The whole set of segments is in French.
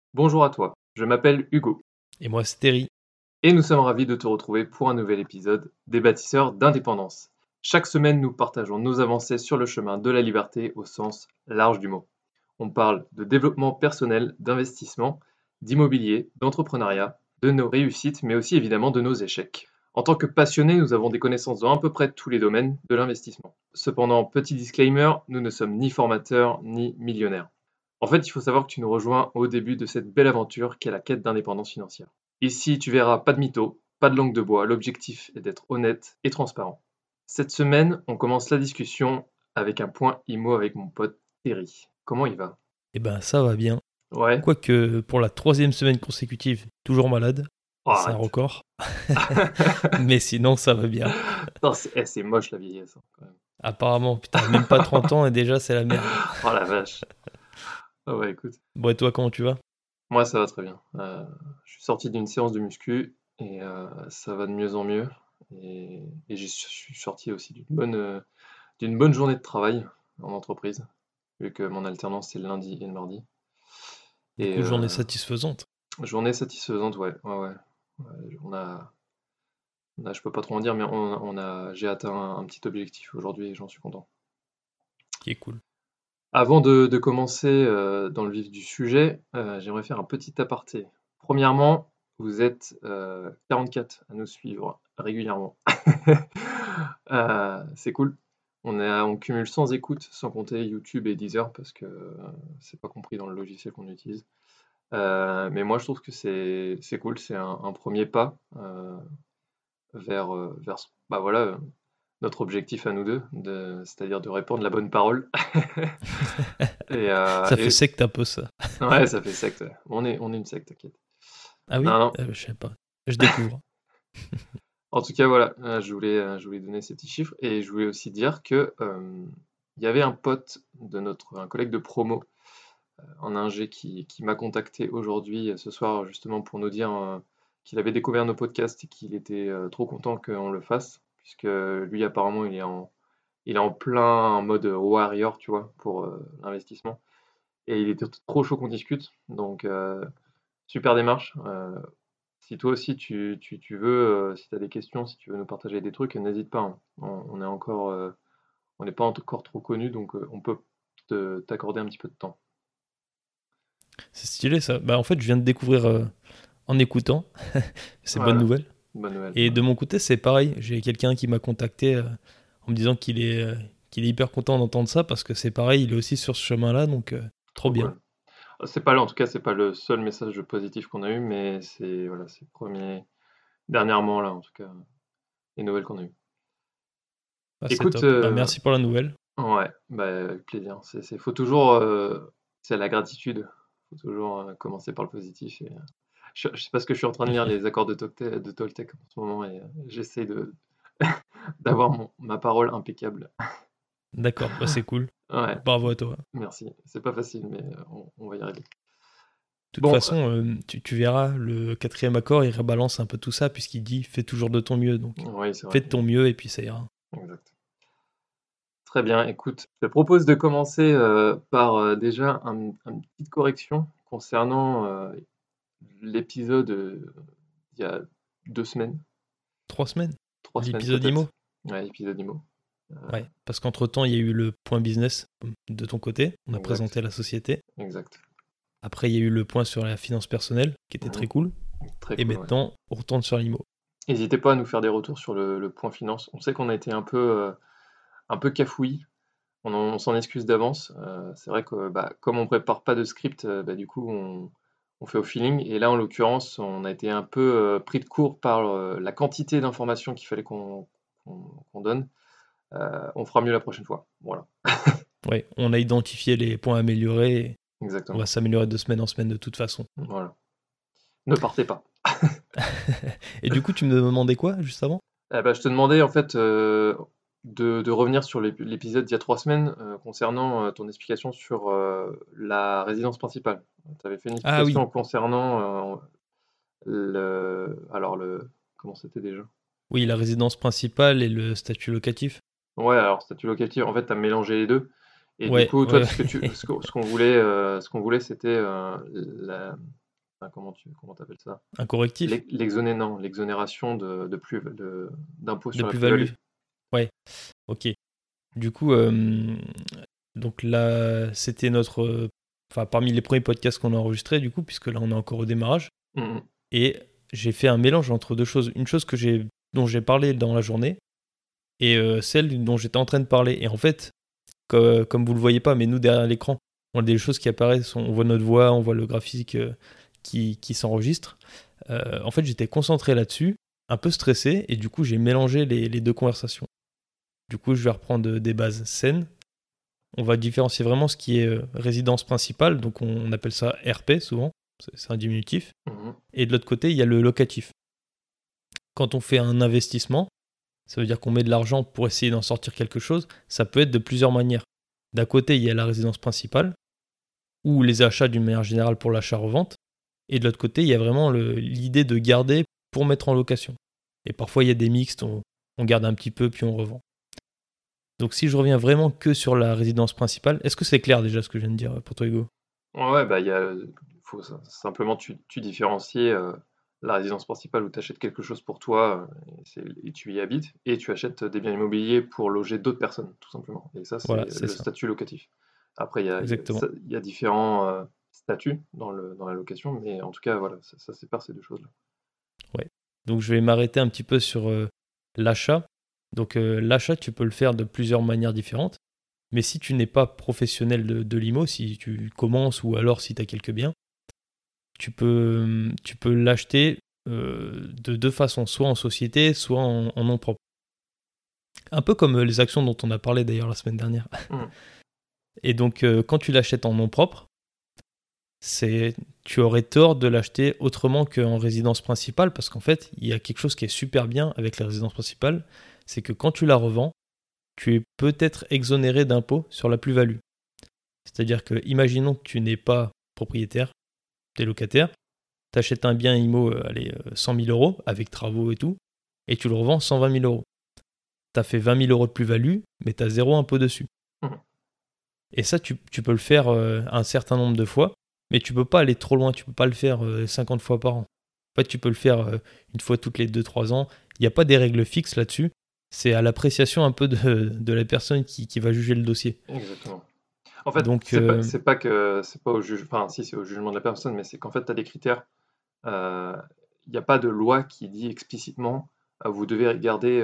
Bonjour à toi, je m'appelle Hugo Et moi, c'est Terry. et nous sommes ravis de te retrouver pour un nouvel épisode des bâtisseurs d'indépendance. Chaque semaine, nous partageons nos avancées sur le chemin de la liberté au sens large du mot. On parle de développement personnel, d'investissement, d'immobilier, d'entrepreneuriat, de nos réussites, mais aussi évidemment de nos échecs. En tant que passionnés, nous avons des connaissances dans à peu près tous les domaines de l'investissement. Cependant, petit disclaimer, nous ne sommes ni formateurs ni millionnaires. En fait, il faut savoir que tu nous rejoins au début de cette belle aventure qu'est la quête d'indépendance financière. Ici, tu verras pas de mythos, pas de langue de bois, l'objectif est d'être honnête et transparent. Cette semaine, on commence la discussion avec un point IMO avec mon pote Terry. Comment il va? Eh ben, ça va bien. Ouais? Quoique, pour la 3e semaine consécutive, toujours malade. Oh, C'est un arrête. record. Mais sinon, ça va bien. Non, c'est moche la vieillesse, hein, quand même. Apparemment, putain, même pas 30 ans et déjà, c'est la merde. Oh la vache. Ah ouais, écoute. Bon, et toi, comment tu vas? Moi, ça va très bien. Je suis sorti d'une séance de muscu et ça va de mieux en mieux. Et je suis sorti aussi d'une bonne journée de travail en entreprise, vu que mon alternance c'est le lundi et le mardi. Du Et coup, journée satisfaisante. journée satisfaisante, ouais, ouais, ouais. Ouais, je peux pas trop en dire, mais j'ai atteint un petit objectif aujourd'hui et j'en suis content. Qui est cool. Avant de commencer dans le vif du sujet, j'aimerais faire un petit aparté. Premièrement, vous êtes 44 à nous suivre régulièrement. C'est cool. On cumule 100 écoutes, sans compter YouTube et Deezer, parce que c'est pas compris dans le logiciel qu'on utilise. Mais moi, je trouve que c'est cool, c'est un premier pas vers bah voilà, notre objectif à nous deux, c'est-à-dire de répandre la bonne parole. Et, Ça fait secte un peu, ça. ouais, ça fait secte. Ouais. On est une secte, t'inquiète. Ah Non, oui? non. Je sais pas. Je découvre. En tout cas, voilà, je voulais donner ces petits chiffres et je voulais aussi dire que il y avait un pote un collègue de promo en ingé qui m'a contacté aujourd'hui, ce soir, justement pour nous dire qu'il avait découvert nos podcasts et qu'il était trop content qu'on le fasse, puisque lui, apparemment, il est en plein mode warrior, tu vois, pour l'investissement. Et il était trop chaud qu'on discute. Donc, super démarche. Si toi aussi tu veux, si tu as des questions, si tu veux nous partager des trucs, n'hésite pas, hein. On n'est pas encore trop connus, donc on peut t'accorder un petit peu de temps. C'est stylé, ça. Bah, en fait, je viens de découvrir en écoutant. C'est bonne Voilà, nouvelle. bonne nouvelle. Et Ouais. de mon côté, c'est pareil. J'ai quelqu'un qui m'a contacté en me disant qu'il est hyper content d'entendre ça parce que c'est pareil, il est aussi sur ce chemin-là, donc trop Trop bien. cool. C'est pas là, en tout cas, c'est pas le seul message positif qu'on a eu, mais c'est voilà, c'est le premier, dernièrement là, en tout cas, les nouvelles qu'on a eues. Ah, c'est Écoute, top. Bah, merci pour la nouvelle. ouais, bah, avec plaisir. Faut toujours, c'est la gratitude. Faut toujours commencer par le positif. Et, je sais pas ce que je suis en train de lire les accords de Toltec en ce moment et j'essaie d'avoir ma parole impeccable. D'accord, bah, c'est cool. Ouais, Bravo à toi. merci. C'est pas facile, mais on va y arriver. De toute Bon, façon, tu verras, le 4e accord, il rebalance un peu tout ça puisqu'il dit fais toujours de ton mieux. Donc oui, c'est vrai. fais de ton mieux et puis ça ira. Exact. Très bien, écoute, je te propose de commencer par déjà une petite correction concernant l'épisode il y a 2 semaines, 3 semaines? 3 semaines L'épisode peut-être. IMO? Ouais, l'épisode IMO. Ouais, parce qu'entre-temps, il y a eu le point business de ton côté. On a Exact, présenté la société. exact. Après, il y a eu le point sur la finance personnelle qui était très Mhm. cool. Très Et cool, ouais. maintenant, on retourne sur l'IMO. N'hésitez pas à nous faire des retours sur le point finance. On sait qu'on a été un peu cafouillis. On s'en excuse d'avance. C'est vrai que bah, comme on prépare pas de script, bah, du coup on fait au feeling. Et là en l'occurrence, on a été un peu pris de court par la quantité d'informations qu'il fallait qu'on donne. On fera mieux la prochaine fois. Voilà, Ouais, on a identifié les points améliorés et on va exactement. s'améliorer de semaine en semaine de toute façon. Voilà. Ne partez pas. Et du coup, tu me demandais quoi juste avant? Bah, je te demandais en fait de revenir sur l'épisode d'il y a 3 semaines concernant ton explication sur la résidence principale. Tu avais fait une Ah oui, explication concernant alors comment c'était déjà? oui, la résidence principale et le statut locatif. Ouais, alors statut locatif, en fait, tu as mélangé les deux. Et du Ouais, coup, toi, ouais, ce qu'on voulait, c'était Enfin, comment t'appelles ça? Un correctif L'exonération d'impôt de sur la plus-value. plus-value. Ouais, ok. Du coup, donc là, c'était enfin, parmi les premiers podcasts qu'on a enregistrés, du coup, puisque là, on est encore au démarrage. Mhm. Et j'ai fait un mélange entre deux choses. Une chose dont j'ai parlé dans la journée et celle dont j'étais en train de parler. Et en fait, comme vous le voyez pas, mais nous, derrière l'écran, on a des choses qui apparaissent, on voit notre voix, on voit le graphique qui s'enregistre. En fait, j'étais concentré là-dessus, un peu stressé, et du coup, j'ai mélangé les deux conversations. Du coup, je vais reprendre des bases saines. On va différencier vraiment ce qui est résidence principale, donc on appelle ça RP souvent, c'est un diminutif. Mhm. Et de l'autre côté, il y a le locatif. Quand on fait un investissement, ça veut dire qu'on met de l'argent pour essayer d'en sortir quelque chose, ça peut être de plusieurs manières. D'un côté, il y a la résidence principale, ou les achats d'une manière générale pour l'achat-revente, et de l'autre côté, il y a vraiment l'idée de garder pour mettre en location. Et parfois, il y a des mixtes, on garde un petit peu, puis on revend. Donc si je reviens vraiment que sur la résidence principale, est-ce que c'est clair déjà ce que je viens de dire pour toi, Hugo? Ouais, bah, faut simplement tu différencier la résidence principale où tu achètes quelque chose pour toi et tu y habites, et tu achètes des biens immobiliers pour loger d'autres personnes, tout simplement. Et ça, Voilà, c'est c'est le ça, statut locatif. Après, exactement. il y a différents statuts dans la location, mais en tout cas, voilà, ça sépare ces deux choses-là. Ouais. Donc je vais m'arrêter un petit peu sur l'achat. Donc l'achat, tu peux le faire de plusieurs manières différentes. Mais si tu n'es pas professionnel de l'IMO, si tu commences ou alors si tu as quelques biens, tu peux l'acheter de deux façons, soit en société, soit en nom propre. Un peu comme les actions dont on a parlé d'ailleurs la semaine dernière. Mhm. Et donc quand tu l'achètes en nom propre, tu aurais tort de l'acheter autrement qu'en résidence principale, parce qu'en fait, il y a quelque chose qui est super bien avec la résidence principale, c'est que quand tu la revends, tu es peut-être exonéré d'impôt sur la plus-value. C'est-à-dire que, imaginons que tu n'es pas propriétaire, tu es locataire, tu achètes un bien IMO, 100 000 euros, avec travaux et tout, et tu le revends 120 000 euros. Tu as fait 20 000 euros de plus-value, mais tu as zéro impôt dessus. Mhm. Et ça, tu peux le faire un certain nombre de fois, mais tu peux pas aller trop loin, tu peux pas le faire 50 fois par an. En fait, tu peux le faire une fois toutes les 2-3 ans. Il n'y a pas des règles fixes là-dessus. C'est à l'appréciation un peu de la personne qui va juger le dossier. Exactement. En fait, Donc, c'est pas au juge, enfin, si, c'est au jugement de la personne, mais c'est qu'en fait, tu as des critères. Il n'y a pas de loi qui dit explicitement vous devez garder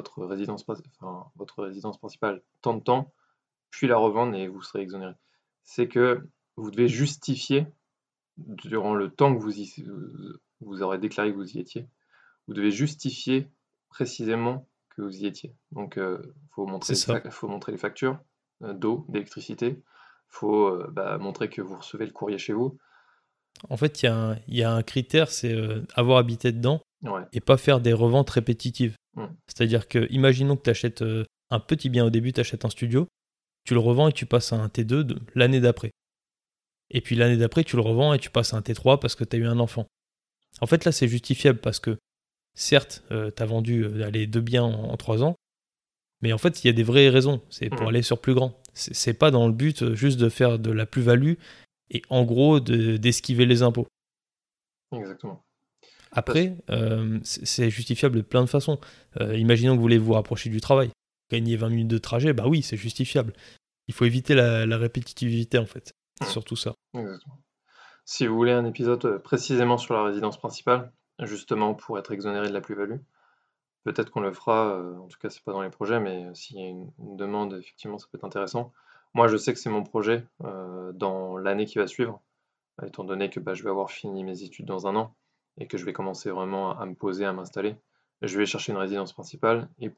votre résidence principale tant de temps, puis la revendre et vous serez exonéré. C'est que vous devez justifier, durant le temps que vous aurez déclaré que vous y étiez, vous devez justifier précisément que vous y étiez. Donc, il c'est ça. faut montrer les factures d'eau, d'électricité, il faut montrer que vous recevez le courrier chez vous. En fait, il y a un critère, c'est avoir habité dedans Ouais. et pas faire des reventes répétitives. Mm. C'est-à-dire que, imaginons que tu achètes un petit bien au début, tu achètes un studio, tu le revends et tu passes à un T2 l'année d'après. Et puis l'année d'après, tu le revends et tu passes à un T3 parce que tu as eu un enfant. En fait, là, c'est justifiable parce que, certes, tu as vendu les deux biens en 3 ans, mais en fait, il y a des vraies raisons. C'est pour Mm. aller sur plus grand. C'est pas dans le but juste de faire de la plus-value et en gros d'esquiver les impôts. Exactement. Parce- Après, c'est justifiable de plein de façons. Imaginons que vous voulez vous rapprocher du travail. Gagner 20 minutes de trajet, bah oui, c'est justifiable. Il faut éviter la répétitivité, en fait. C'est Mm. surtout ça. Exactement. Si vous voulez un épisode précisément sur la résidence principale, justement pour être exonéré de la plus-value, peut-être qu'on le fera, en tout cas c'est pas dans les projets, mais s'il y a une demande, effectivement, ça peut être intéressant. Moi, je sais que c'est mon projet dans l'année qui va suivre, étant donné que je vais avoir fini mes études dans un an et que je vais commencer vraiment à me poser, à m'installer. Je vais chercher une résidence principale et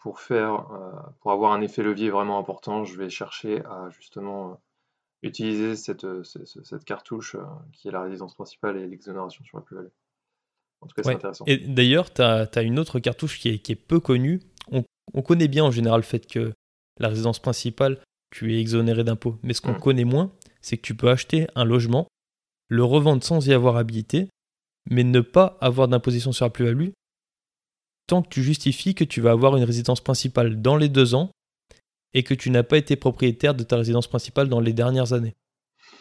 pour avoir un effet levier vraiment important, je vais chercher à justement utiliser cette cartouche qui est la résidence principale et l'exonération sur la plus-value. En tout cas, c'est Ouais. intéressant. Et d'ailleurs, tu as une autre cartouche qui est peu connue. On connaît bien en général le fait que la résidence principale, tu es exonéré d'impôts. Mais ce qu'on Mm. connaît moins, c'est que tu peux acheter un logement, le revendre sans y avoir habité, mais ne pas avoir d'imposition sur la plus-value tant que tu justifies que tu vas avoir une résidence principale dans les 2 ans et que tu n'as pas été propriétaire de ta résidence principale dans les dernières années.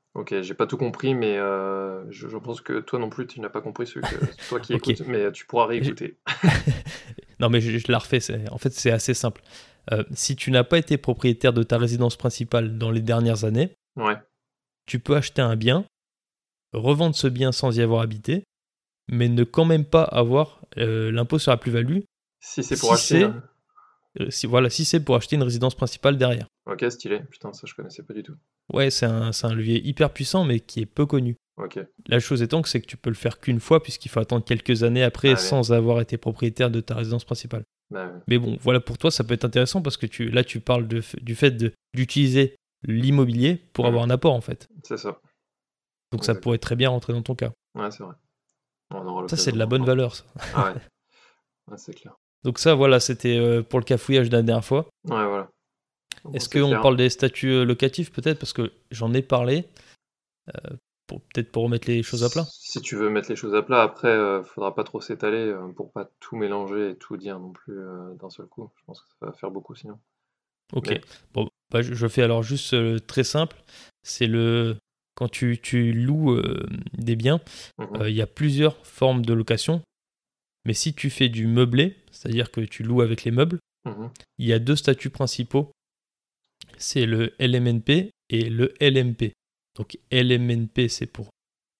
Ok, j'ai pas tout compris, mais je pense que toi non plus, tu n'as pas compris ce que toi qui Ok. écoutes, mais tu pourras J'ai- réécouter. Non, mais je la refais. En fait, c'est assez simple. Si tu n'as pas été propriétaire de ta résidence principale dans les dernières années, Ouais. tu peux acheter un bien, revendre ce bien sans y avoir habité, mais ne quand même pas avoir l'impôt sur la plus-value Si c'est pour si acheter, c'est si c'est pour acheter une résidence principale derrière. ok, stylé. Putain, ça je connaissais pas du tout. Ouais, c'est un levier hyper puissant, mais qui est peu connu. Ok. La chose étant que c'est que tu peux le faire qu'une fois, puisqu'il faut attendre quelques années après Ah ouais. sans avoir été propriétaire de ta résidence principale. Bah, ouais. Mais bon, voilà, pour toi, ça peut être intéressant parce que là, tu parles du fait d'utiliser l'immobilier pour avoir un apport, en fait. C'est ça. Donc ça Exact. pourrait très bien rentrer dans ton cas. Ouais, c'est vrai. On aura Ça, c'est l'occasion de d'en la bonne reparler. valeur, ça. Ah ouais. Ouais, c'est clair. Donc ça, voilà, c'était pour le cafouillage de la dernière fois. Ouais, voilà. Bon, Est-ce c'est qu'on clair. parle des statuts locatifs, peut-être? Parce que j'en ai parlé, peut-être pour remettre les choses à plat. Si tu veux mettre les choses à plat, après, faudra pas trop s'étaler pour pas tout mélanger et tout dire non plus d'un seul coup. Je pense que ça va faire beaucoup sinon. Ok. Mais Bon, bah, je fais alors juste très simple. C'est quand tu loues des biens, mhm, il y a plusieurs formes de location. Mais si tu fais du meublé, c'est-à-dire que tu loues avec les meubles, mhm, il y a deux statuts principaux. C'est le LMNP et le LMP. Donc LMNP, c'est pour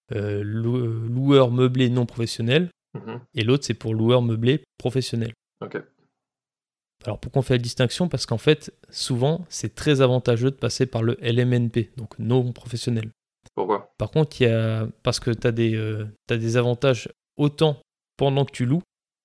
loueur meublé non professionnel, mhm. et l'autre, c'est pour loueur meublé professionnel. Ok. Alors pourquoi on fait la distinction? Parce qu'en fait, souvent, c'est très avantageux de passer par le LMNP, donc non professionnel. Pourquoi? Par contre, parce que tu as t'as des avantages autant pendant que tu loues,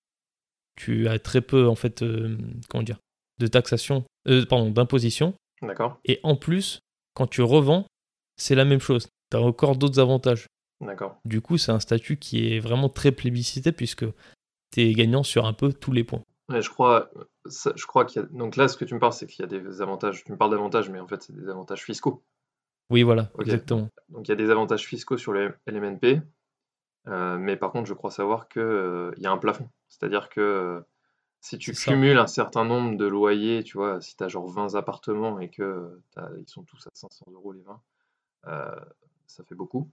tu as très peu, en fait, comment dire, de taxation, pardon, d'imposition. D'accord. Et en plus, quand tu revends, c'est la même chose. Tu as encore d'autres avantages. D'accord. Du coup, c'est un statut qui est vraiment très plébiscité puisque tu es gagnant sur un peu tous les points. Ouais, je crois qu'il y a. Donc là, ce que tu me parles, c'est qu'il y a des avantages. Tu me parles d'avantages, mais en fait, c'est des avantages fiscaux. Oui, voilà, Ok. exactement. Donc il y a des avantages fiscaux sur le LMNP, mais par contre, je crois savoir que il y a un plafond. C'est-à-dire que si tu C'est ça. cumules un certain nombre de loyers, tu vois, si tu as genre 20 appartements et que ils sont tous à 500 euros les 20, ça fait beaucoup.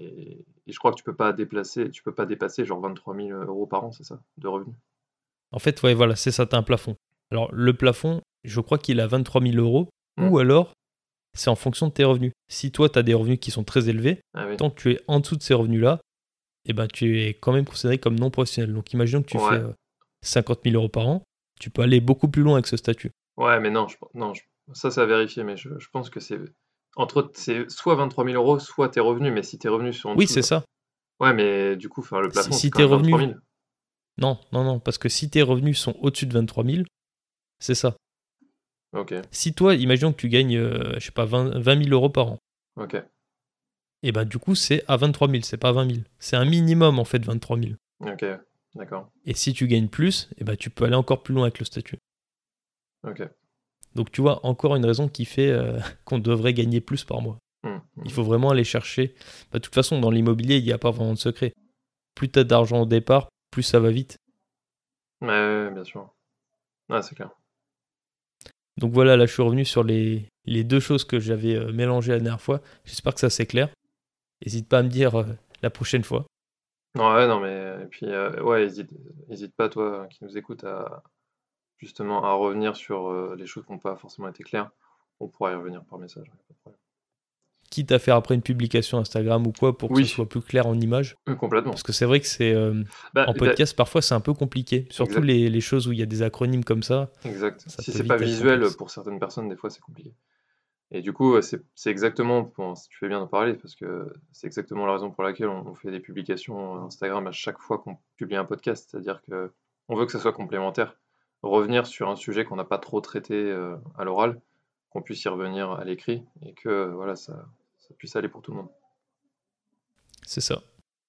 Et je crois que tu peux pas dépasser genre 23 000 euros par an, c'est ça, de revenus. En fait, ouais, voilà, c'est ça, tu as un plafond. Alors, le plafond, je crois qu'il est à 23 000 euros, Hmm. ou alors, c'est en fonction de tes revenus. Si toi, tu as des revenus qui sont très élevés, Ah oui. tant que tu es en dessous de ces revenus-là, eh ben, tu es quand même considéré comme non professionnel. Donc, imaginons que tu fais Ouais. 50 000 euros par an, tu peux aller beaucoup plus loin avec ce statut. Ouais, mais non, non, ça à vérifier, mais je pense que c'est soit 23 000 euros, soit tes revenus, mais si tes revenus sont en Oui, dessous, c'est genre. ça. Ouais, mais du coup, enfin, le Si, plafond, c'est si quand tes même 23 revenus... 000. Non, non, non, parce que si tes revenus sont au-dessus de 23 000, c'est ça. Ok, Si toi, imaginons que tu gagnes, je sais pas, 20 000 euros par an, ok, et ben du coup, c'est à 23 000, c'est pas 20 000. C'est un minimum, en fait, 23 000. ok, d'accord, Et si tu gagnes plus, eh ben, tu peux aller encore plus loin avec le statut. ok. Donc tu vois, encore une raison qui fait qu'on devrait gagner plus par mois. Hmm, Il hmm. faut vraiment aller chercher. Bah, de toute façon, dans l'immobilier, il n'y a pas vraiment de secret. Plus tu as d'argent au départ, plus ça va vite. Ouais, ouais, bien sûr. Ouais, c'est clair. Donc voilà, là je suis revenu sur les deux choses que j'avais mélangées la dernière fois. J'espère que ça c'est clair. N'hésite pas à me dire la prochaine fois. Ouais, non, mais et puis ouais, hésite pas, toi, qui nous écoute, à justement à revenir sur les choses qui n'ont pas forcément été claires. On pourra y revenir par message, ouais, pas de problème. Quitte à faire après une publication Instagram ou quoi pour que ça Oui, soit plus clair en image. complètement. Parce que c'est vrai que c'est Bah, en podcast parfois c'est un peu compliqué. Surtout exact. les choses où il y a des acronymes comme ça, Exact. ça Si peut c'est pas vite être visuel, complexe. pour certaines personnes, des fois, c'est compliqué. Et du coup, c'est exactement, bon, si tu fais bien d'en parler, parce que c'est exactement la raison pour laquelle on fait des publications Instagram à chaque fois qu'on publie un podcast. C'est-à-dire que on veut que ça soit complémentaire. Revenir sur un sujet qu'on n'a pas trop traité à l'oral, qu'on puisse y revenir à l'écrit, et que voilà, ça puisse aller pour tout le monde. C'est ça.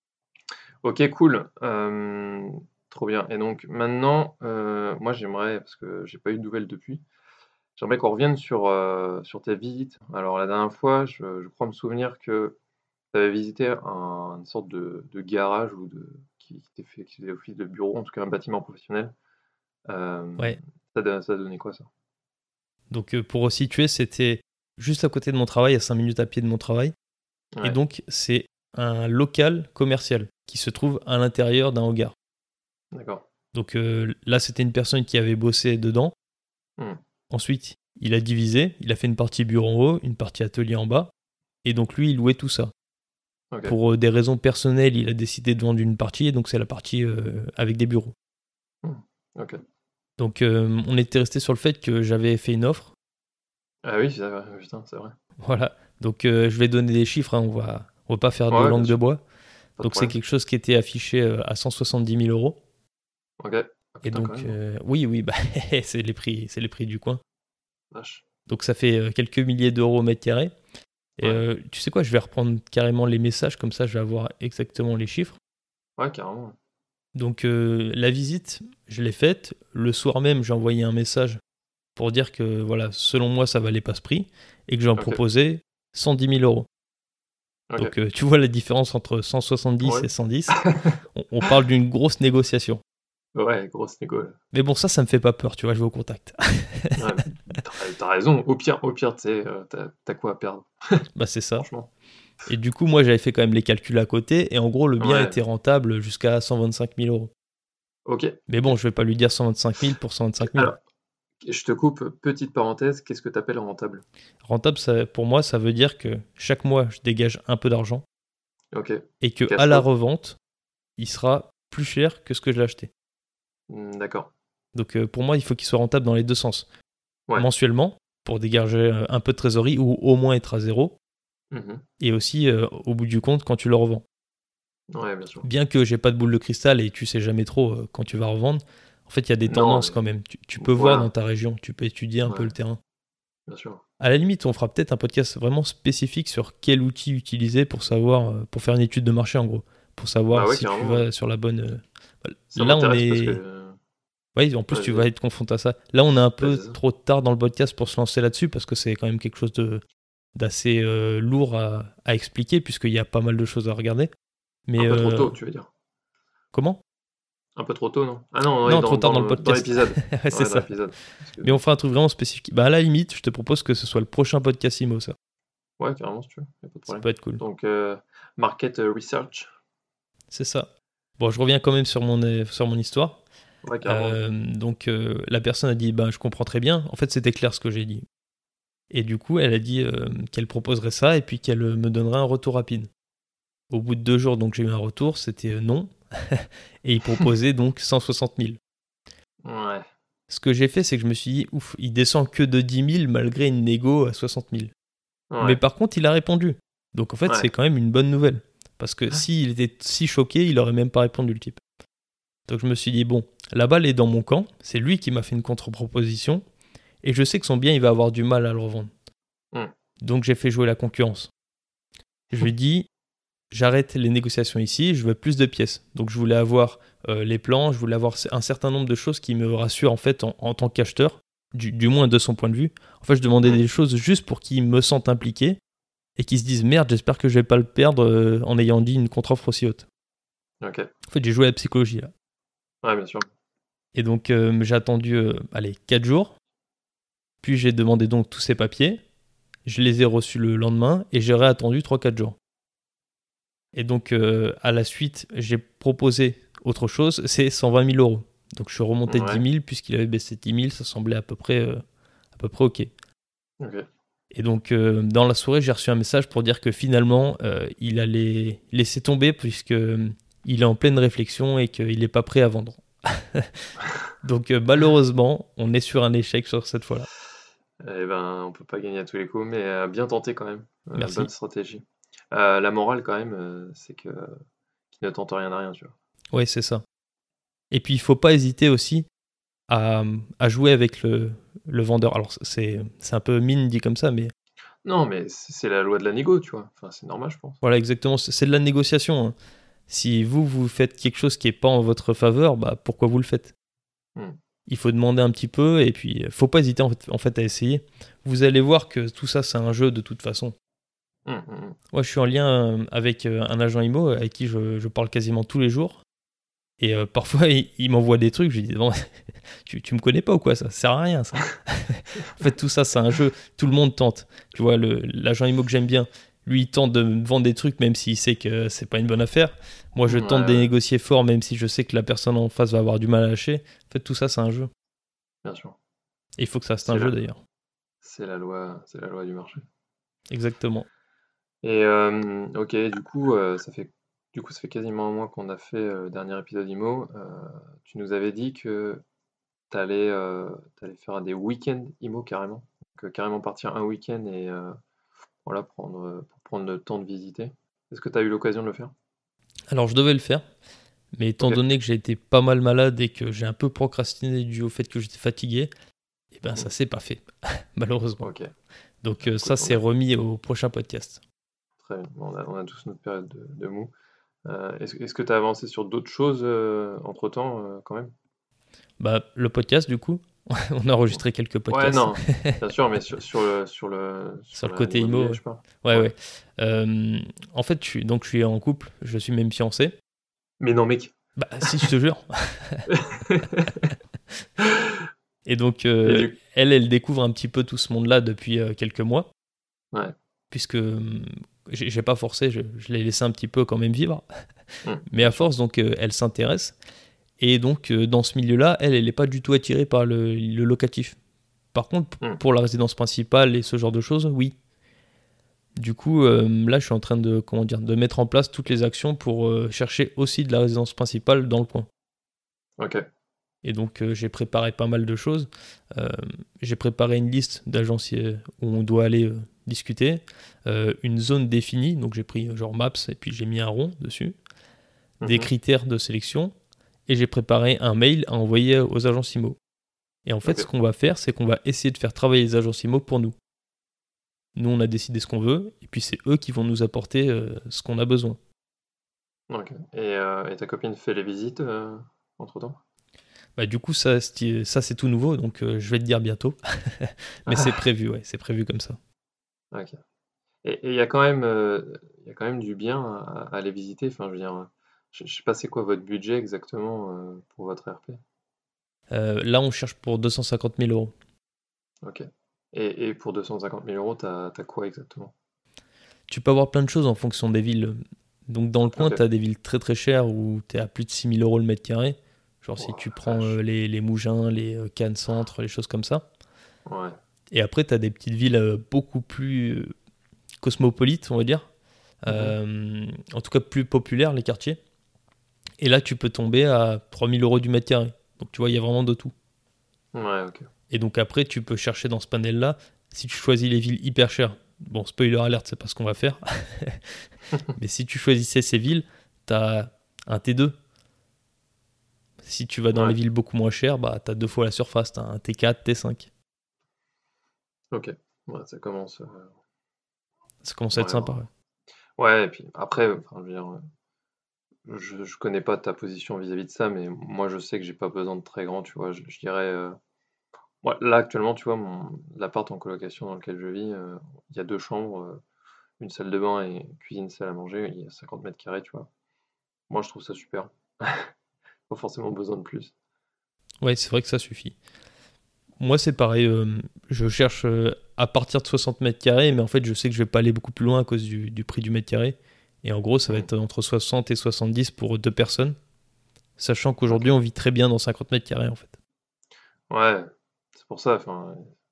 Ok, cool. Trop bien. Et donc maintenant, moi j'aimerais, parce que j'ai pas eu de nouvelles depuis, j'aimerais qu'on revienne sur tes visites. Alors la dernière fois, je crois me souvenir que tu avais visité une sorte de garage qui faisait office de bureau, en tout cas un bâtiment professionnel. Euh, Ouais. ça a donné quoi ça? Donc pour resituer, c'était juste à côté de mon travail, à 5 minutes à pied de mon travail. Et Ouais, donc, c'est un local commercial qui se trouve à l'intérieur d'un hangar. d'accord. Donc là, c'était une personne qui avait bossé dedans. Hmm, Ensuite, il a divisé. Il a fait une partie bureau en haut, une partie atelier en bas. Et donc, lui, il louait tout ça. ok. Pour des raisons personnelles, il a décidé de vendre une partie. Et donc, c'est la partie avec des bureaux. Hmm, ok. Donc, on était resté sur le fait que j'avais fait une offre. Ah oui, c'est vrai, putain, c'est vrai. Voilà. Donc, je vais donner des chiffres. Hein. On va pas faire de Ouais, bien langue de sûr, bois. pas de Donc, c'est problème. quelque chose qui était affiché à 170 000 euros. Ok. Ah, Et putain, quand donc, même, hein. oui, bah, c'est les prix du coin. Vache. Donc, ça fait quelques milliers d'euros au mètre carré. Et Ouais, tu sais quoi, je vais reprendre carrément les messages, comme ça, je vais avoir exactement les chiffres. ouais, carrément. Donc, la visite, je l'ai faite. Le soir même, j'ai envoyé un message pour dire que, voilà, selon moi, ça valait pas ce prix et que j'en Ok, proposais 110 000 euros. ok. Donc, tu vois la différence entre 170 Ouais. et 110. On parle d'une grosse négociation. Ouais, grosse négo, là. Mais bon, ça me fait pas peur, tu vois, je vais au contact. Ouais, t'as raison. Au pire, tu sais, t'as quoi à perdre, Bah, c'est ça. franchement. Et du coup, moi, j'avais fait quand même les calculs à côté. Et en gros, le bien Ouais, était rentable jusqu'à 125 000 euros. ok, Mais bon, ok. je vais pas lui dire 125 000 pour 125 000. Alors, je te coupe, petite parenthèse, qu'est-ce que t'appelles rentable? Rentable, pour moi, ça veut dire que chaque mois, je dégage un peu d'argent Ok, et que cash à la flow. revente, il sera plus cher que ce que je l'ai acheté. D'accord. Donc pour moi, il faut qu'il soit rentable dans les deux sens. Ouais. Mensuellement, pour dégager un peu de trésorerie ou au moins être à zéro. Mhm. Et aussi, au bout du compte, quand tu le revends. Ouais, bien sûr. Bien que j'ai pas de boule de cristal et tu sais jamais trop quand tu vas revendre, en fait, il y a des Non, tendances mais quand même. Tu peux voir dans voilà. ta région, tu peux étudier un peu Ouais, le terrain. bien sûr. À la limite, on fera peut-être un podcast vraiment spécifique sur quel outil utiliser pour savoir, pour faire une étude de marché en gros, pour Bah savoir ouais, si tu carrément, ouais. vas sur la bonne. Ça Là, on m'intéresse parce que... est. Oui, en plus, tu Vas-y, vas vas-y. être confronté à ça. Là, on est un Bah, peu c'est ça. trop tard dans le podcast pour se lancer là-dessus parce que c'est quand même quelque chose d'assez lourd à expliquer puisqu'il y a pas mal de choses à regarder. Un Mais peu trop tôt, tu veux dire. comment? Un peu trop tôt, non? Ah non, on est Non, dans, trop tard dans dans le le, dans podcast. l'épisode. Ouais, c'est Ouais, dans ça. l'épisode. Mais on Excuse-moi. fera un truc vraiment spécifique. Bah, à la limite, je te propose que ce soit le prochain podcast IMO, ça. Ouais, carrément, si tu veux. Y a pas de Ça problème. peut être cool. Donc, market research. C'est ça. Bon, je reviens quand même sur mon histoire. Ouais, carrément, ouais. Donc la personne a dit bah, je comprends très bien. En fait, c'était clair ce que j'ai dit. Et du coup, elle a dit qu'elle proposerait ça et puis qu'elle me donnerait un retour rapide. Au bout de 2 jours, donc j'ai eu un retour, c'était non. Et il proposait donc 160 000. Ouais. Ce que j'ai fait, c'est que je me suis dit ouf, il descend que de 10 000 malgré une négo à 60 000. Mais Ouais. par contre, il a répondu. Donc en fait, c'est Ouais. quand même une bonne nouvelle. Parce que s'il était si choqué, il aurait même pas répondu le type. Donc je me suis dit, bon, la balle est dans mon camp, c'est lui qui m'a fait une contre-proposition, et je sais que son bien, il va avoir du mal à le revendre. Hmm. Donc j'ai fait jouer la concurrence. Je lui ai dit, j'arrête les négociations ici, je veux plus de pièces. Donc je voulais avoir les plans, je voulais avoir un certain nombre de choses qui me rassurent en fait en tant qu'acheteur, du moins de son point de vue. En fait, je demandais Hmm. des choses juste pour qu'il me sente impliqué et qu'il se dise, merde, j'espère que je vais pas le perdre en ayant dit une contre-offre aussi haute. Ok. En fait, j'ai joué à la psychologie là. Ouais, bien sûr. Et donc j'ai attendu 4 jours. Puis j'ai demandé donc tous ces papiers. Je les ai reçus le lendemain et j'ai réattendu 3-4 jours. Et donc à la suite, j'ai proposé autre chose, c'est 120 000 euros. Donc je suis remonté de Ouais. 10 000 puisqu'il avait baissé de 10 000, ça semblait à peu près ok. Ok. Et donc dans la soirée, j'ai reçu un message pour dire que finalement, il allait laisser tomber puisque il est en pleine réflexion et qu'il n'est pas prêt à vendre. Donc malheureusement, on est sur un échec sur cette fois-là. Eh ben, on peut pas gagner à tous les coups, mais bien tenté quand même. Bonne Merci. stratégie. La morale quand même, c'est que qui ne tente rien à rien, tu vois. Oui, c'est ça. Et puis il faut pas hésiter aussi à jouer avec le vendeur. Alors c'est un peu mine dit comme ça, mais Non, mais c'est la loi de la négo, tu vois. Enfin, c'est normal, je pense. voilà exactement, c'est de la négociation. Hein. Si vous faites quelque chose qui est pas en votre faveur, bah pourquoi vous le faites? Hmm. Il faut demander un petit peu et puis faut pas hésiter en fait à essayer. Vous allez voir que tout ça c'est un jeu de toute façon. Moi je suis en lien avec un agent IMO avec qui je parle quasiment tous les jours. Et parfois, il m'envoie des trucs, je lui dis, bon, tu me connais pas ou quoi, ça sert à rien, ça. En fait, tout ça, c'est un jeu, tout le monde tente. Tu vois, l'agent IMO que j'aime bien, Lui, il tente de me vendre des trucs même s'il sait que c'est pas une bonne affaire. Moi, je tente de Ouais, négocier fort même si je sais que la personne en face va avoir du mal à lâcher. En fait, tout ça, c'est un jeu. bien sûr. Et il faut que ça reste un C'est jeu la, d'ailleurs. c'est la loi du marché. Exactement. Et ok, du coup, ça fait quasiment un mois qu'on a fait le dernier épisode IMO. Tu nous avais dit que t'allais faire des week-ends IMO carrément. Donc, carrément partir un week-end et voilà, pour prendre le temps de visiter. Est-ce que tu as eu l'occasion de le faire? Alors, je devais le faire. Mais étant Ok. donné que j'ai été pas mal malade et que j'ai un peu procrastiné dû au fait que j'étais fatigué, et ben ça Mhm. s'est pas fait, malheureusement. Ok. Donc Bah, ça, écoute, c'est remis au prochain podcast. très bien. On a tous notre période de mou. Est-ce que tu as avancé sur d'autres choses entre-temps quand même? Bah, le podcast, du coup, on a enregistré quelques Ouais, podcasts non, bien sûr, mais sur sur le côté l'immobilier, IMO. je parle. Ouais, Ouais. ouais. En fait, je suis en couple, je suis même fiancé. Mais non, mec. Bah, si, je te jure. Et donc, Et du elle découvre un petit peu tout ce monde-là depuis quelques mois, Ouais. puisque j'ai pas forcé, je l'ai laissé un petit peu quand même vivre. Mais Bien à sûr. force, donc, elle s'intéresse. Et donc, dans ce milieu-là, elle n'est pas du tout attirée par le locatif. Par contre, Hmm. pour la résidence principale et ce genre de choses, oui. Du coup, là, je suis en train de, comment dire, de mettre en place toutes les actions pour chercher aussi de la résidence principale dans le coin. Ok. Et donc, j'ai préparé pas mal de choses. Euh, j'ai préparé une liste d'agences où on doit aller discuter. Une zone définie, donc j'ai pris genre Maps et puis j'ai mis un rond dessus. Des Mhm. critères de sélection. Et j'ai préparé un mail à envoyer aux agences IMO. Et en fait, ce Ok. qu'on va faire, c'est qu'on va essayer de faire travailler les agences IMO pour nous. Nous, on a décidé ce qu'on veut, et puis c'est eux qui vont nous apporter ce qu'on a besoin. Ok. Et ta copine fait les visites entre-temps? Bah, du coup, ça c'est tout nouveau, donc je vais te dire bientôt. Mais c'est prévu, ouais, c'est prévu comme ça. Ok. Et il y a quand même du bien à les visiter. Enfin, je veux dire, je sais pas c'est quoi votre budget exactement pour votre RP. Là, on cherche pour 250 000 euros. Ok. Et pour 250 000 euros, t'as quoi exactement? Tu peux avoir plein de choses en fonction des villes. Donc, dans le coin, Ok. tu as des villes très très chères où tu es à plus de 6 000 euros le mètre carré. Genre, si Oh, tu la prends vache. les Mougins, les Cannes Centre, les choses comme ça. Ouais. Et après, tu as des petites villes beaucoup plus cosmopolites, on va dire. Mhm. En tout cas, plus populaires, les quartiers. Et là, tu peux tomber à 3 000 euros du mètre carré. Donc, tu vois, il y a vraiment de tout. Ouais, ok. Et donc, après, tu peux chercher dans ce panel-là. Si tu choisis les villes hyper chères, bon, spoiler alert, c'est pas ce qu'on va faire. Mais si tu choisissais ces villes, tu as un T2. Si tu vas dans les Ouais. villes beaucoup moins chères, bah, tu as deux fois la surface. Tu as un T4, T5. Ok. Ouais, ça commence. Ça commence à être Ouais, sympa. Ouais. ouais, et puis après, enfin, je veux dire, je connais pas ta position vis-à-vis de ça, mais moi je sais que j'ai pas besoin de très grand, tu vois. Je dirais, ouais, là actuellement, tu vois, l'appart en colocation dans lequel je vis, il y a deux chambres, une salle de bain et cuisine, salle à manger, il y a 50 mètres carrés, tu vois. Moi je trouve ça super. Pas forcément besoin de plus. Ouais, c'est vrai que ça suffit. Moi, c'est pareil. Je cherche à partir de 60 mètres carrés, mais en fait, je sais que je vais pas aller beaucoup plus loin à cause du prix du mètre carré. Et en gros, ça va Hmm. être entre 60 et 70 pour deux personnes. Sachant Ok. qu'aujourd'hui, on vit très bien dans 50 mètres carrés, en fait. Ouais, c'est pour ça. Enfin,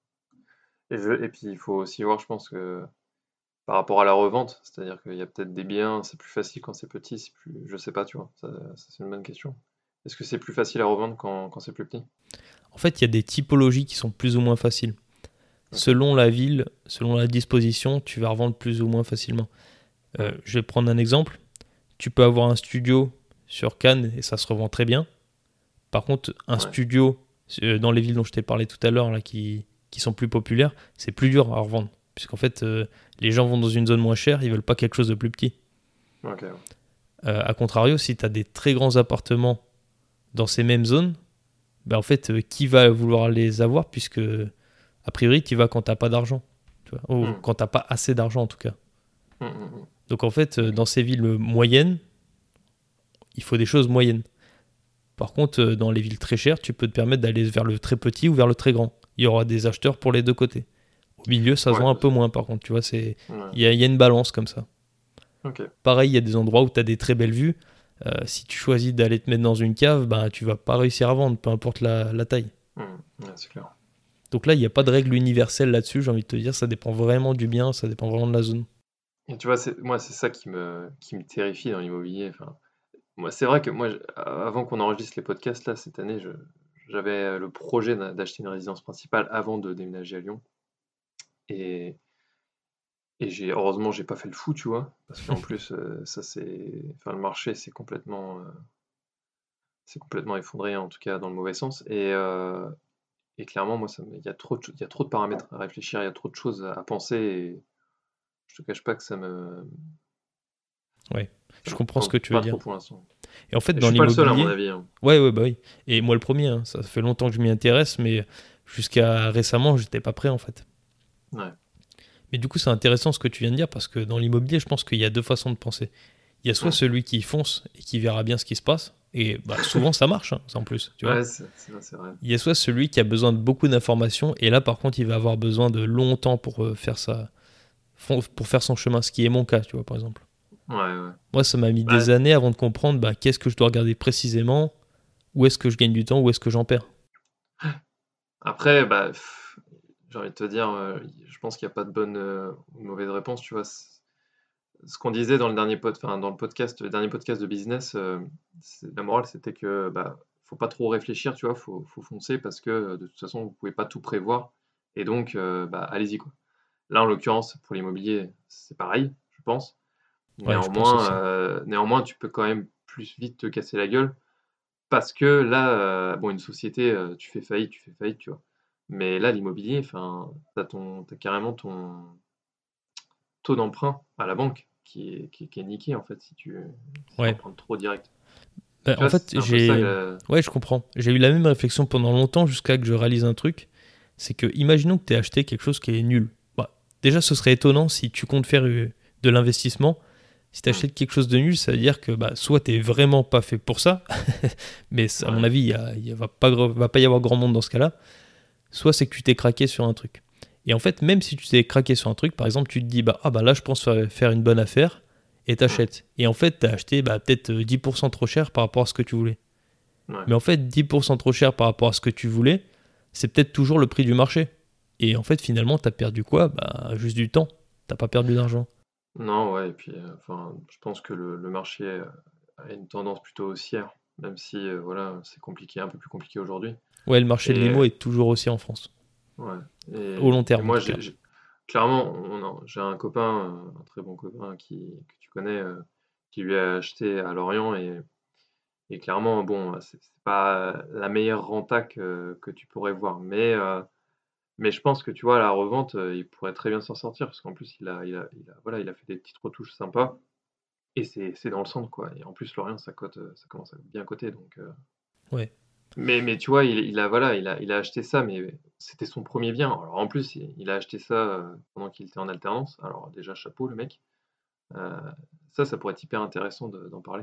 et puis il faut aussi voir, je pense que par rapport à la revente, c'est-à-dire qu'il y a peut-être des biens, c'est plus facile quand c'est petit, c'est plus, je sais pas, tu vois. Ça, c'est une bonne question. Est-ce que c'est plus facile à revendre quand c'est plus petit? En fait, il y a des typologies qui sont plus ou moins faciles. Ok. Selon la ville, selon la disposition, tu vas revendre plus ou moins facilement. Hmm. Je vais prendre un exemple. Tu peux avoir un studio sur Cannes et ça se revend très bien. Par contre, un Ouais. studio dans les villes dont je t'ai parlé tout à l'heure, là, qui sont plus populaires, c'est plus dur à revendre. Puisqu'en fait, les gens vont dans une zone moins chère, ils veulent pas quelque chose de plus petit. Ok. Ouais. A contrario, si tu as des très grands appartements dans ces mêmes zones, ben en fait, qui va vouloir les avoir puisque, a priori, tu vas quand t'as pas d'argent. Tu vois, ou Hmm. quand t'as pas assez d'argent en tout cas. Hmm, hmm, hmm. Donc en fait, Ok. dans ces villes moyennes, il faut des choses moyennes. Par contre, dans les villes très chères, tu peux te permettre d'aller vers le très petit ou vers le très grand. Il y aura des acheteurs pour les deux côtés. Au milieu, ça se Ouais, vend un bien peu sûr. moins, par contre. Tu vois, Ouais. il y a une balance comme ça. Ok. Pareil, il y a des endroits où tu as des très belles vues. Si tu choisis d'aller te mettre dans une cave, ben, tu vas pas réussir à vendre, peu importe la taille. Ouais, c'est clair. Donc là, il n'y a pas de règle universelle là-dessus, j'ai envie de te dire. Ça dépend vraiment du bien, ça dépend vraiment de la zone. Et tu vois, moi, c'est ça qui me terrifie dans l'immobilier. Enfin, moi, c'est vrai que moi, avant qu'on enregistre les podcasts, là, cette année, j'avais le projet d'acheter une résidence principale avant de déménager à Lyon. Et, heureusement, j'ai pas fait le fou, tu vois, parce qu'en plus, enfin, le marché, c'est complètement effondré, en tout cas dans le mauvais sens. Et clairement, moi, il y a trop de paramètres à réfléchir, il y a trop de choses à penser. Et je te cache pas que Ouais, ça je me comprends ce que tente tu veux pas trop dire. pour l'instant. Et en fait, Et je dans suis pas le seul, à mon l'immobilier, avis, hein. ouais, bah oui. Et moi, le premier, hein, ça fait longtemps que je m'y intéresse, mais jusqu'à récemment, j'étais pas prêt en fait. Ouais. Mais du coup, c'est intéressant ce que tu viens de dire parce que dans l'immobilier, je pense qu'il y a deux façons de penser. Il y a soit Mm. celui qui fonce et qui verra bien ce qui se passe, et bah, souvent ça marche, hein, ça en plus, tu vois. Ouais, c'est vrai. Il y a soit celui qui a besoin de beaucoup d'informations, et là par contre, il va avoir besoin de longtemps pour pour faire son chemin, ce qui est mon cas, tu vois, par exemple. Ouais, ouais. Moi, ça m'a mis Bah, des années avant de comprendre bah, qu'est-ce que je dois regarder précisément, où est-ce que je gagne du temps, où est-ce que j'en perds. après, bah, j'ai envie de te dire, je pense qu'il n'y a pas de bonne ou de mauvaise réponse, tu vois. Ce qu'on disait dans dans le dernier podcast de business, la morale, c'était que bah, faut pas trop réfléchir, tu vois, faut foncer parce que de toute façon, vous pouvez pas tout prévoir. Et donc, bah, allez-y, quoi. Là, en l'occurrence, pour l'immobilier, c'est pareil, je pense. Ouais, je pense aussi. Néanmoins, tu peux quand même plus vite te casser la gueule parce que là, bon, une société, tu fais faillite, tu vois. Mais là, l'immobilier, enfin, t'as carrément ton taux d'emprunt à la banque qui est niqué, en fait, si tu Ouais. empruntes trop direct. Bah, Tu en vois, fait, c'est un peu ça. Ouais, je comprends. J'ai eu la même réflexion pendant longtemps jusqu'à que je réalise un truc. C'est que, imaginons que tu aies acheté quelque chose qui est nul. Bah, déjà, ce serait étonnant si tu comptes faire de l'investissement. Si tu Hmm, achètes quelque chose de nul, ça veut dire que bah, soit tu vraiment pas fait pour ça, mais à mon ouais, avis, va pas y avoir grand monde dans ce cas-là. Soit c'est que tu t'es craqué sur un truc. Et en fait, même si tu t'es craqué sur un truc, par exemple, tu te dis, bah, ah bah là, je pense faire une bonne affaire, et hmm, t'achètes. Et en fait, t'as acheté bah, peut-être 10% trop cher par rapport à ce que tu voulais. ouais. Mais en fait, 10% trop cher par rapport à ce que tu voulais, c'est peut-être toujours le prix du marché. Et en fait, finalement, t'as perdu quoi? Bah, juste du temps. T'as pas perdu d'argent. Non, ouais, et puis, enfin, je pense que le marché a une tendance plutôt haussière, même si, voilà, c'est compliqué, un peu plus compliqué aujourd'hui. Ouais, le marché de Et l'IMO est toujours aussi en France. ouais, Au long et terme, en moi, tout cas. clairement, j'ai un copain, un très bon copain que tu connais, qui lui a acheté à Lorient et clairement, bon, c'est pas la meilleure renta que tu pourrais voir, mais je pense que tu vois, à la revente, il pourrait très bien s'en sortir parce qu'en plus, voilà, il a fait des petites retouches sympas et c'est dans le centre, quoi. Et en plus, Lorient, ça commence à bien coter, donc. Ouais. Mais tu vois, voilà, il a acheté ça, mais c'était son premier bien. Alors en plus, il a acheté ça pendant qu'il était en alternance. Alors déjà, chapeau, le mec. Euh, ça pourrait être hyper intéressant d'en parler.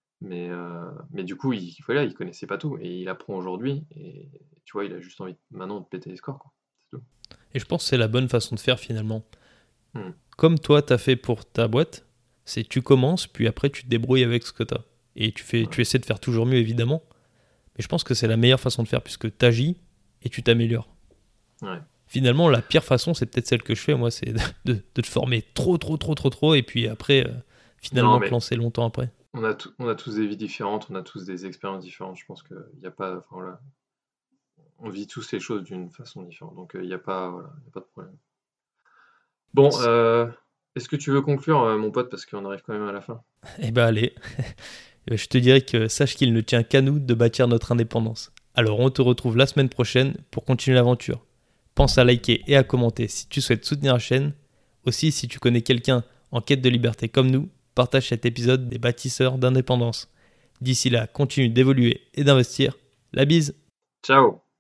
Mais du coup, voilà, il connaissait pas tout et il apprend aujourd'hui. Et tu vois, il a juste envie maintenant de péter les scores, quoi. C'est tout. Et je pense que c'est la bonne façon de faire finalement. Hmm. Comme toi, t'as fait pour ta boîte, c'est tu commences, puis après tu te débrouilles avec ce que t'as. Et Ouais, tu essaies de faire toujours mieux, évidemment. Mais je pense que c'est la meilleure façon de faire, puisque t'agis et tu t'améliores. ouais. Finalement, la pire façon, c'est peut-être celle que je fais, moi, c'est de te former trop, et puis après, Non, finalement, te mais lancer longtemps après. on a tous des vies différentes, on a tous des expériences différentes. Je pense qu'il n'y a pas, enfin voilà, on vit tous les choses d'une façon différente. Donc il n'y a pas, voilà, il y a pas de problème. Bon, est-ce que tu veux conclure, mon pote, parce qu'on arrive quand même à la fin? Eh ben allez, je te dirais que sache qu'il ne tient qu'à nous de bâtir notre indépendance. Alors on te retrouve la semaine prochaine pour continuer l'aventure. Pense à liker et à commenter si tu souhaites soutenir la chaîne. Aussi, si tu connais quelqu'un en quête de liberté comme nous, partage cet épisode des bâtisseurs d'indépendance. D'ici là, continue d'évoluer et d'investir. La bise! Ciao!